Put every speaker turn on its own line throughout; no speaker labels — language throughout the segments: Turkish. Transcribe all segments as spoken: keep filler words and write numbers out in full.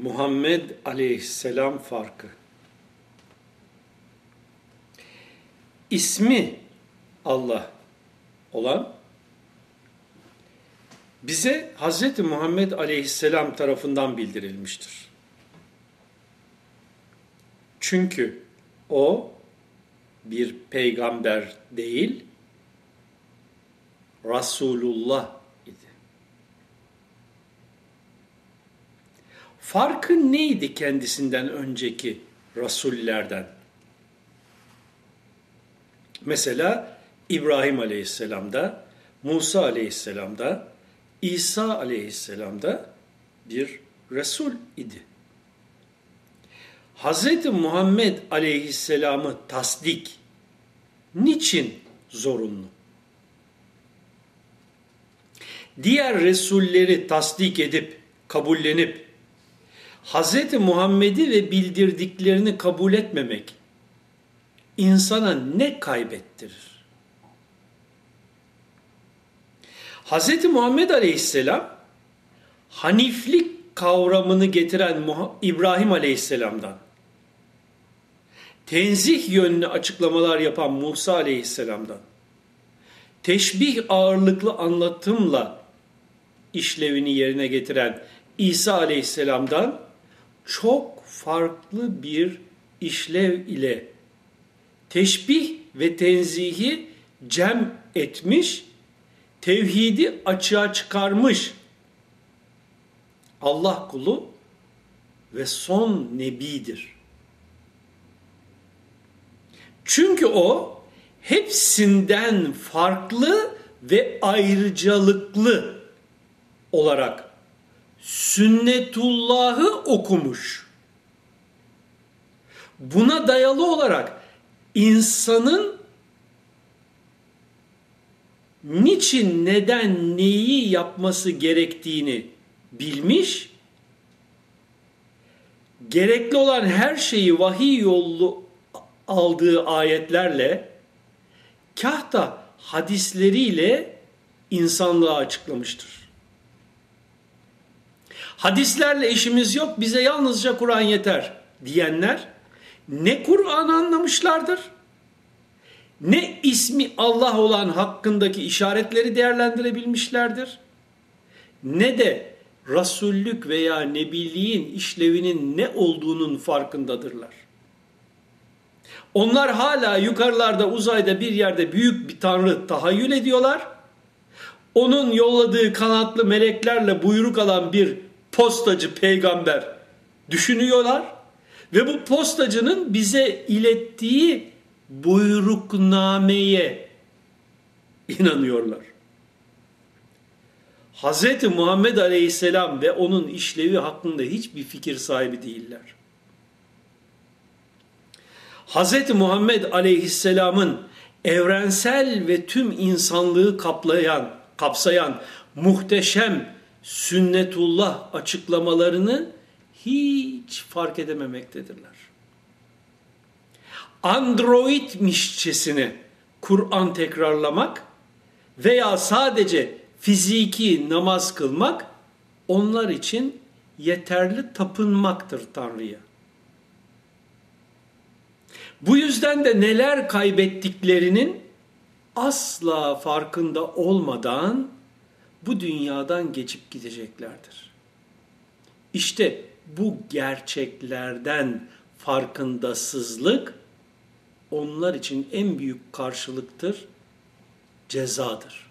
Muhammed Aleyhisselam farkı. İsmi Allah olan bize Hz. Muhammed Aleyhisselam tarafından bildirilmiştir. Çünkü o bir peygamber değil, Resulullah idi. Farkı neydi kendisinden önceki Resullerden? Mesela İbrahim Aleyhisselam'da, Musa Aleyhisselam'da, İsa Aleyhisselam'da bir Resul idi. Hz. Muhammed Aleyhisselam'ı tasdik niçin zorunlu? Diğer Resulleri tasdik edip, kabullenip, Hz. Muhammed'i ve bildirdiklerini kabul etmemek insana ne kaybettirir? Hz. Muhammed Aleyhisselam haniflik kavramını getiren İbrahim Aleyhisselam'dan, tenzih yönlü açıklamalar yapan Musa Aleyhisselam'dan, teşbih ağırlıklı anlatımla işlevini yerine getiren İsa Aleyhisselam'dan çok farklı bir işlev ile teşbih ve tenzihi cem etmiş, tevhidi açığa çıkarmış Allah kulu ve son nebidir. Çünkü o hepsinden farklı ve ayrıcalıklı olarak sünnetullahı okumuş. Buna dayalı olarak insanın niçin, neden, neyi yapması gerektiğini bilmiş, gerekli olan her şeyi vahiy yolu aldığı ayetlerle, kah da hadisleriyle insanlığa açıklamıştır. Hadislerle işimiz yok, bize yalnızca Kur'an yeter diyenler ne Kur'an'ı anlamışlardır, ne ismi Allah olan hakkındaki işaretleri değerlendirebilmişlerdir, ne de Resullük veya Nebiliğin işlevinin ne olduğunun farkındadırlar. Onlar hala yukarılarda, uzayda bir yerde büyük bir tanrı tahayyül ediyorlar. Onun yolladığı kanatlı meleklerle buyruk alan bir postacı peygamber düşünüyorlar. Ve bu postacının bize ilettiği buyruknameye inanıyorlar. Hz. Muhammed Aleyhisselam ve onun işlevi hakkında hiçbir fikir sahibi değiller. Hz. Muhammed Aleyhisselam'ın evrensel ve tüm insanlığı kaplayan, kapsayan muhteşem sünnetullah açıklamalarını hiç fark edememektedirler. Androidmişçesine Kur'an tekrarlamak veya sadece fiziki namaz kılmak onlar için yeterli tapınmaktır Tanrı'ya. Bu yüzden de neler kaybettiklerinin asla farkında olmadan bu dünyadan geçip gideceklerdir. İşte bu gerçeklerden farkındasızlık onlar için en büyük karşılıktır, cezadır.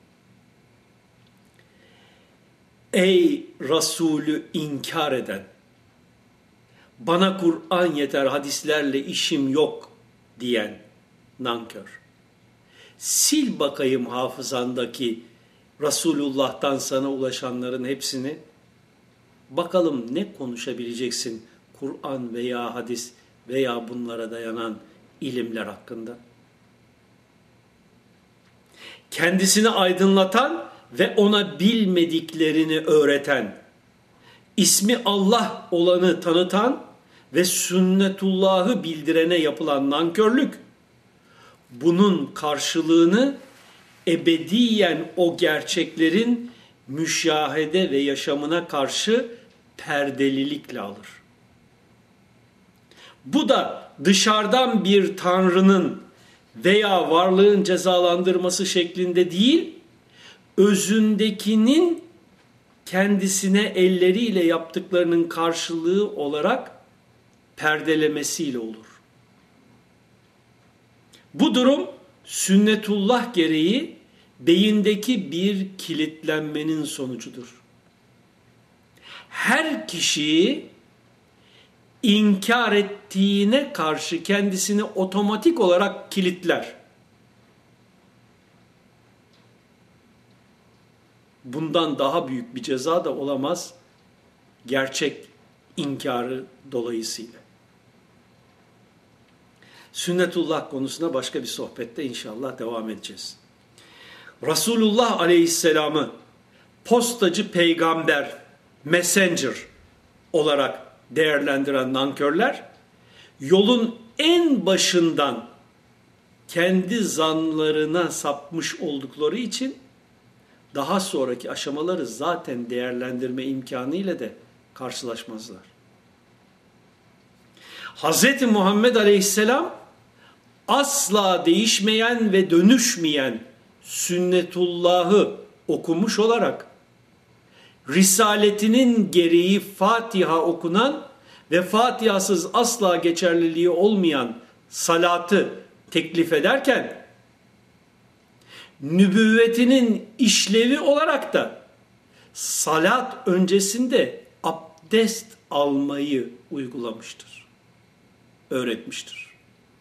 Ey Resulü inkar eden, bana Kur'an yeter, hadislerle işim yok diyen nankör. Sil bakayım hafızandaki Resulullah'tan sana ulaşanların hepsini. Bakalım ne konuşabileceksin Kur'an veya hadis veya bunlara dayanan ilimler hakkında. Kendisini aydınlatan ve ona bilmediklerini öğreten, ismi Allah olanı tanıtan ve sünnetullahı bildirene yapılan nankörlük, bunun karşılığını ebediyen o gerçeklerin müşahede ve yaşamına karşı perdelilikle alır. Bu da dışarıdan bir tanrının veya varlığın cezalandırması şeklinde değil, özündekinin kendisine elleriyle yaptıklarının karşılığı olarak perdelemesiyle olur. Bu durum sünnetullah gereği beyindeki bir kilitlenmenin sonucudur. Her kişiyi inkar ettiğine karşı kendisini otomatik olarak kilitler. Bundan daha büyük bir ceza da olamaz gerçek inkarı dolayısıyla. Sünnetullah konusuna başka bir sohbette inşallah devam edeceğiz. Resulullah Aleyhisselam'ı postacı peygamber, messenger olarak değerlendiren nankörler, yolun en başından kendi zanlarına sapmış oldukları için daha sonraki aşamaları zaten değerlendirme imkanıyla da karşılaşmazlar. Hz. Muhammed Aleyhisselam asla değişmeyen ve dönüşmeyen sünnetullahı okumuş olarak risaletinin gereği Fatiha okunan ve Fatihasız asla geçerliliği olmayan salatı teklif ederken nübüvvetinin işlevi olarak da salat öncesinde abdest almayı uygulamıştır, öğretmiştir.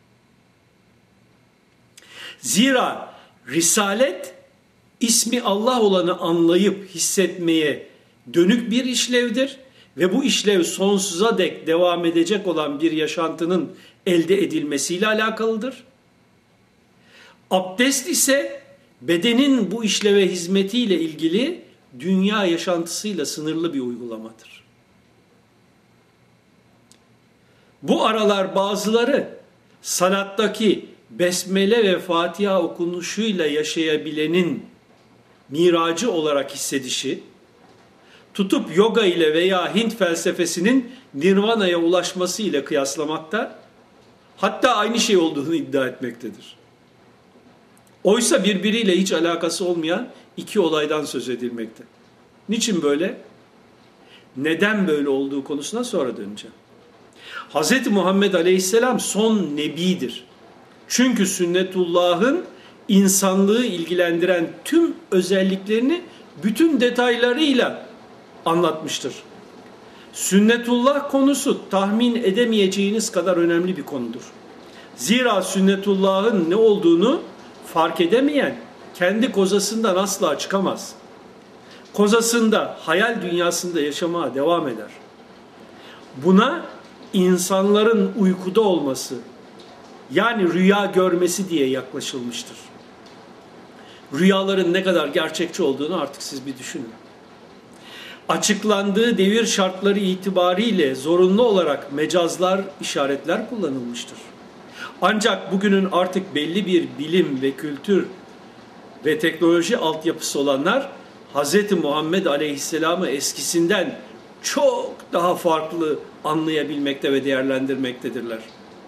Zira risalet ismi Allah olanı anlayıp hissetmeye dönük bir işlevdir ve bu işlev sonsuza dek devam edecek olan bir yaşantının elde edilmesiyle alakalıdır. Abdest ise bedenin bu işleve hizmetiyle ilgili dünya yaşantısıyla sınırlı bir uygulamadır. Bu aralar bazıları salattaki besmele ve Fatiha okunuşuyla yaşayabilenin miracı olarak hissedişi, tutup yoga ile veya Hint felsefesinin nirvana'ya ulaşması ile kıyaslamakta, hatta aynı şey olduğunu iddia etmektedir. Oysa birbiriyle hiç alakası olmayan iki olaydan söz edilmekte. Niçin böyle? Neden böyle olduğu konusuna sonra döneceğim. Hz. Muhammed Aleyhisselam son nebidir. Çünkü sünnetullahın insanlığı ilgilendiren tüm özelliklerini bütün detaylarıyla anlatmıştır. Sünnetullah konusu tahmin edemeyeceğiniz kadar önemli bir konudur. Zira sünnetullahın ne olduğunu fark edemeyen kendi kozasından asla çıkamaz. Kozasında, hayal dünyasında yaşamaya devam eder. Buna insanların uykuda olması, yani rüya görmesi diye yaklaşılmıştır. Rüyaların ne kadar gerçekçi olduğunu artık siz bir düşünün. Açıklandığı devir şartları itibariyle zorunlu olarak mecazlar, işaretler kullanılmıştır. Ancak bugünün artık belli bir bilim ve kültür ve teknoloji altyapısı olanlar Hz. Muhammed Aleyhisselam'ı eskisinden çok daha farklı anlayabilmekte ve değerlendirmektedirler.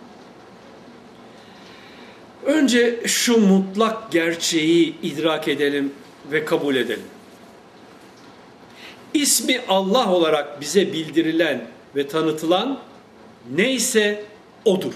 Önce şu mutlak gerçeği idrak edelim ve kabul edelim. İsmi Allah olarak bize bildirilen ve tanıtılan neyse odur.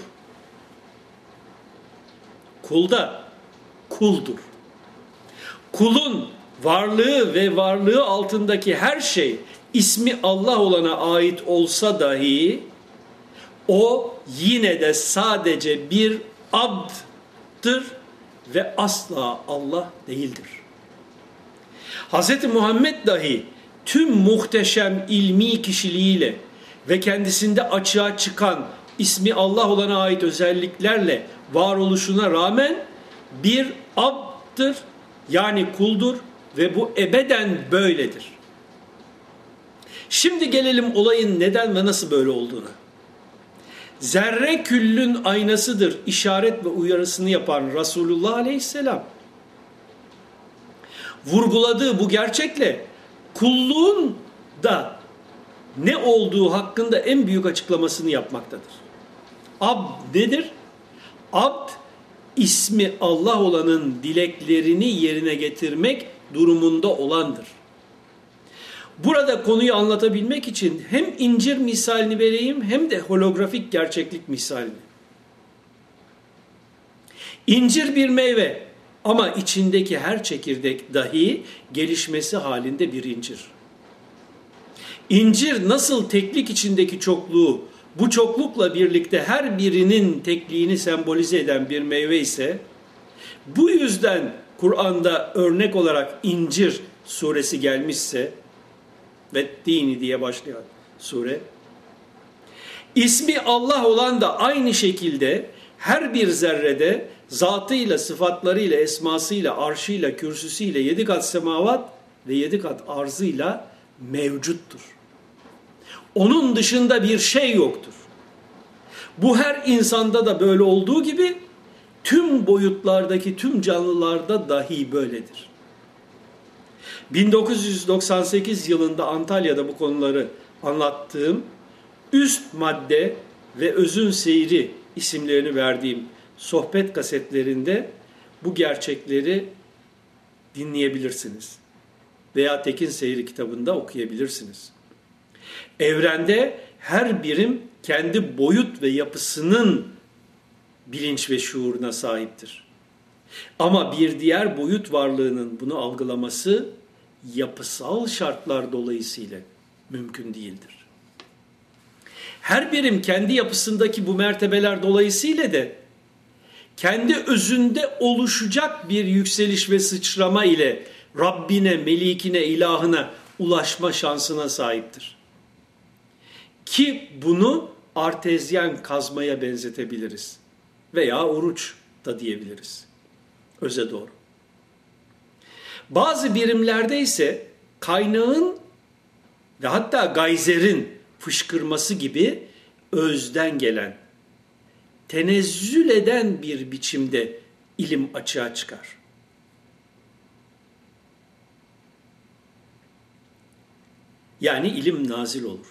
Kul da kuldur. Kulun varlığı ve varlığı altındaki her şey ismi Allah olana ait olsa dahi o yine de sadece bir abd'dır ve asla Allah değildir. Hz. Muhammed dahi tüm muhteşem ilmi kişiliğiyle ve kendisinde açığa çıkan ismi Allah olana ait özelliklerle varoluşuna rağmen bir abd'dır, yani kuldur ve bu ebeden böyledir. Şimdi gelelim olayın neden ve nasıl böyle olduğuna. Zerre küllün aynasıdır işaret ve uyarısını yapan Resulullah Aleyhisselam vurguladığı bu gerçekle kulluğun da ne olduğu hakkında en büyük açıklamasını yapmaktadır. Abd nedir? Abd, ismi Allah olanın dileklerini yerine getirmek durumunda olandır. Burada konuyu anlatabilmek için hem incir misalini vereyim hem de holografik gerçeklik misalini. İncir bir meyve ama içindeki her çekirdek dahi gelişmesi halinde bir incir. İncir nasıl teklik içindeki çokluğu, bu çoklukla birlikte her birinin tekliğini sembolize eden bir meyve ise, bu yüzden Kur'an'da örnek olarak incir suresi gelmişse, ve dini diye başlayan sure, ismi Allah olan da aynı şekilde her bir zerrede zatıyla, sıfatlarıyla, esmasıyla, arşıyla, kürsüsüyle, yedi kat semavat ve yedi kat arzıyla mevcuttur. Onun dışında bir şey yoktur. Bu her insanda da böyle olduğu gibi tüm boyutlardaki tüm canlılarda dahi böyledir. bin dokuz yüz doksan sekiz yılında Antalya'da bu konuları anlattığım Üst Madde ve Özün Seyri isimlerini verdiğim sohbet kasetlerinde bu gerçekleri dinleyebilirsiniz. Veya Tekin Seyri kitabında okuyabilirsiniz. Evrende her birim kendi boyut ve yapısının bilinç ve şuuruna sahiptir. Ama bir diğer boyut varlığının bunu algılaması yapısal şartlar dolayısıyla mümkün değildir. Her birim kendi yapısındaki bu mertebeler dolayısıyla da kendi özünde oluşacak bir yükseliş ve sıçrama ile Rabbine, Melikine, ilahına ulaşma şansına sahiptir. Ki bunu artezyen kazmaya benzetebiliriz. Veya oruç da diyebiliriz. Öze doğru. Bazı birimlerde ise kaynağın ve hatta gayzerin fışkırması gibi özden gelen, tenezzül eden bir biçimde ilim açığa çıkar. Yani ilim nazil olur.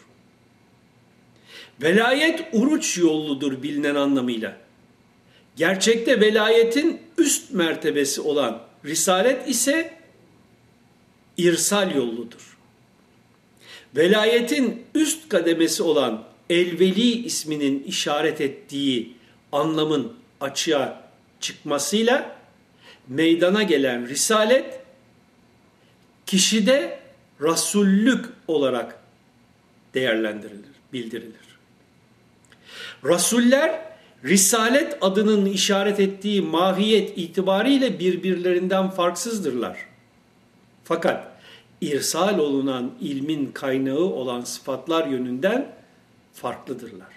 Velayet uruç yolludur bilinen anlamıyla. Gerçekte velayetin üst mertebesi olan risalet ise irsal yolludur. Velayetin üst kademesi olan elveli isminin işaret ettiği anlamın açığa çıkmasıyla meydana gelen risalet kişide rasullük olarak değerlendirilir, bildirilir. Rasuller, risalet adının işaret ettiği mahiyet itibariyle birbirlerinden farksızdırlar. Fakat irsal olunan ilmin kaynağı olan sıfatlar yönünden farklıdırlar.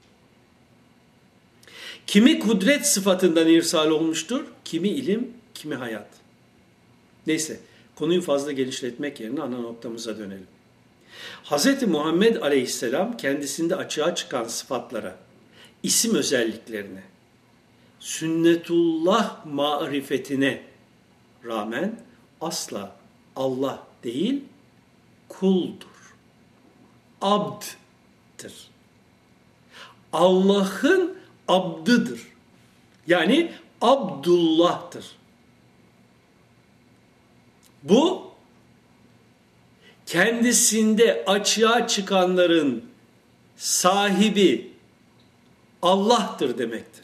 Kimi kudret sıfatından irsal olmuştur, kimi ilim, kimi hayat. Neyse, konuyu fazla genişletmek yerine ana noktamıza dönelim. Hz. Muhammed Aleyhisselam kendisinde açığa çıkan sıfatlara, isim özelliklerine, sünnetullah marifetine rağmen asla Allah değil, kuldur. Abd'tır. Allah'ın abdıdır. Yani Abdullah'tır. Bu kendisinde açığa çıkanların sahibi Allah'tır demektir.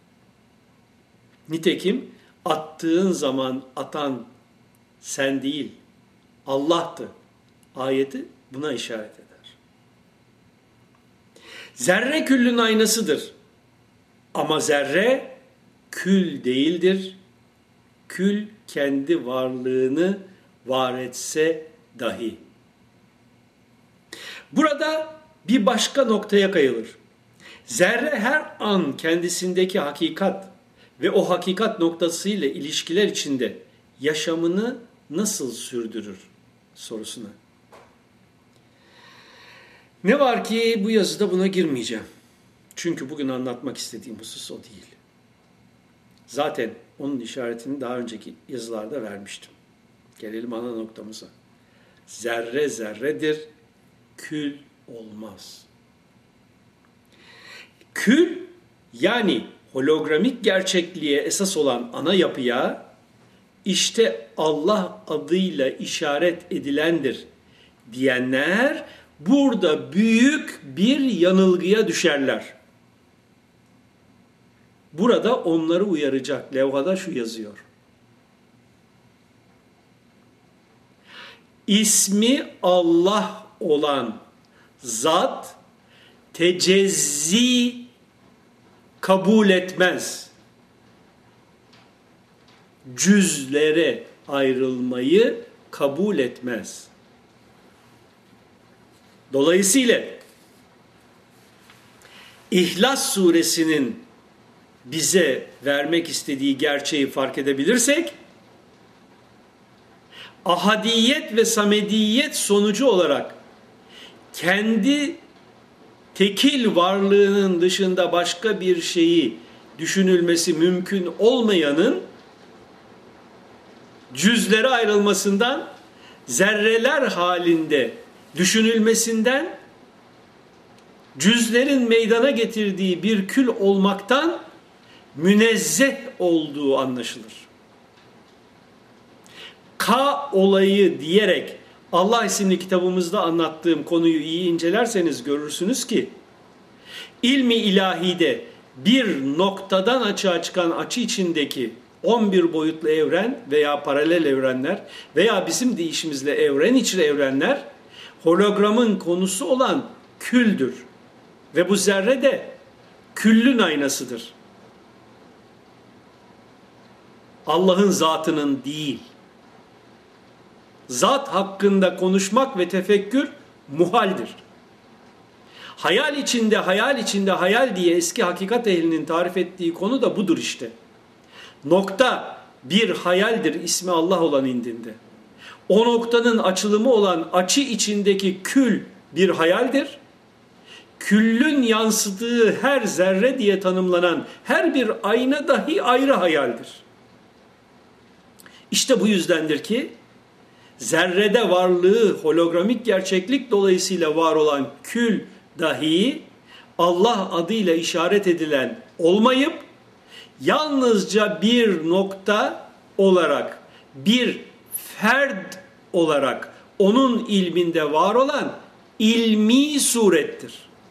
Nitekim attığın zaman atan sen değil, Allah'tı. Ayeti buna işaret eder. Zerre küllün aynasıdır. Ama zerre kül değildir. Kül kendi varlığını var etse dahi. Burada bir başka noktaya kayılır. Zerre her an kendisindeki hakikat ve o hakikat noktasıyla ilişkiler içinde yaşamını nasıl sürdürür sorusuna. Ne var ki bu yazıda buna girmeyeceğim. Çünkü bugün anlatmak istediğim husus o değil. Zaten onun işaretini daha önceki yazılarda vermiştim. Gelelim ana noktamıza. Zerre zerredir, kül olmaz. Kül, yani hologramik gerçekliğe esas olan ana yapıya işte Allah adıyla işaret edilendir diyenler burada büyük bir yanılgıya düşerler. Burada onları uyaracak levhada şu yazıyor. İsmi Allah olan zat tecezzi kabul etmez. Cüzlere ayrılmayı kabul etmez. Dolayısıyla İhlas suresinin bize vermek istediği gerçeği fark edebilirsek, ahadiyet ve samediyet sonucu olarak kendi tekil varlığının dışında başka bir şeyi düşünülmesi mümkün olmayanın cüzlere ayrılmasından, zerreler halinde düşünülmesinden, cüzlerin meydana getirdiği bir kül olmaktan münezzeh olduğu anlaşılır. Ka olayı diyerek Allah isimli kitabımızda anlattığım konuyu iyi incelerseniz görürsünüz ki ilmi ilahide bir noktadan açığa çıkan açı içindeki on bir boyutlu evren veya paralel evrenler veya bizim deyişimizle evren içi evrenler hologramın konusu olan küldür. Ve bu zerre de küllün aynasıdır. Allah'ın zatının değil. Zat hakkında konuşmak ve tefekkür muhaldir. Hayal içinde, hayal içinde, hayal diye eski hakikat ehlinin tarif ettiği konu da budur işte. Nokta bir hayaldir ismi Allah olan indinde. O noktanın açılımı olan açı içindeki kül bir hayaldir. Küllün yansıdığı her zerre diye tanımlanan her bir ayna dahi ayrı hayaldir. İşte bu yüzdendir ki zerrede varlığı hologramik gerçeklik dolayısıyla var olan kül dahi Allah adıyla işaret edilen olmayıp yalnızca bir nokta olarak, bir ferd olarak onun ilminde var olan ilmi surettir.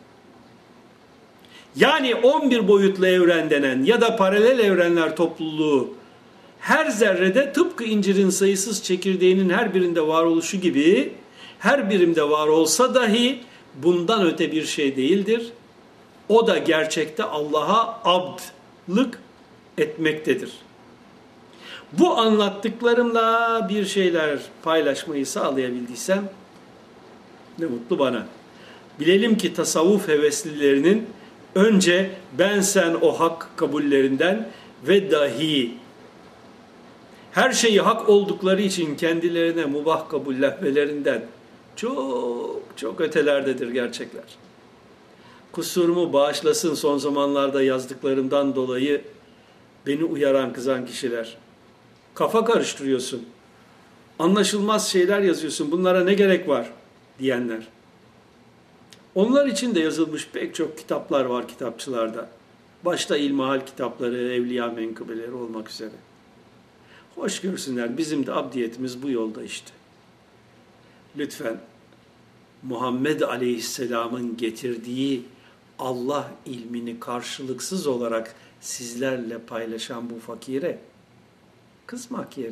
Yani on bir boyutlu evren denen ya da paralel evrenler topluluğu her zerrede tıpkı incirin sayısız çekirdeğinin her birinde varoluşu gibi her birimde var olsa dahi bundan öte bir şey değildir. O da gerçekte Allah'a abdlık etmektedir. Bu anlattıklarımla bir şeyler paylaşmayı sağlayabildiysem ne mutlu bana. Bilelim ki tasavvuf heveslilerinin önce ben sen o hak kabullerinden ve dahi her şeyi hak oldukları için kendilerine mubah kabul lehvelerinden çok çok ötelerdedir gerçekler. Kusurumu bağışlasın son zamanlarda yazdıklarımdan dolayı beni uyaran kızan kişiler. Kafa karıştırıyorsun. Anlaşılmaz şeyler yazıyorsun. Bunlara ne gerek var diyenler. Onlar için de yazılmış pek çok kitaplar var kitapçılarda. Başta ilmihal kitapları, evliya menkıbeleri olmak üzere. Hoş görsünler. Bizim de abdiyetimiz bu yolda işte. Lütfen Muhammed Aleyhisselam'ın getirdiği Allah ilmini karşılıksız olarak sizlerle paylaşan bu fakire kızmak yerine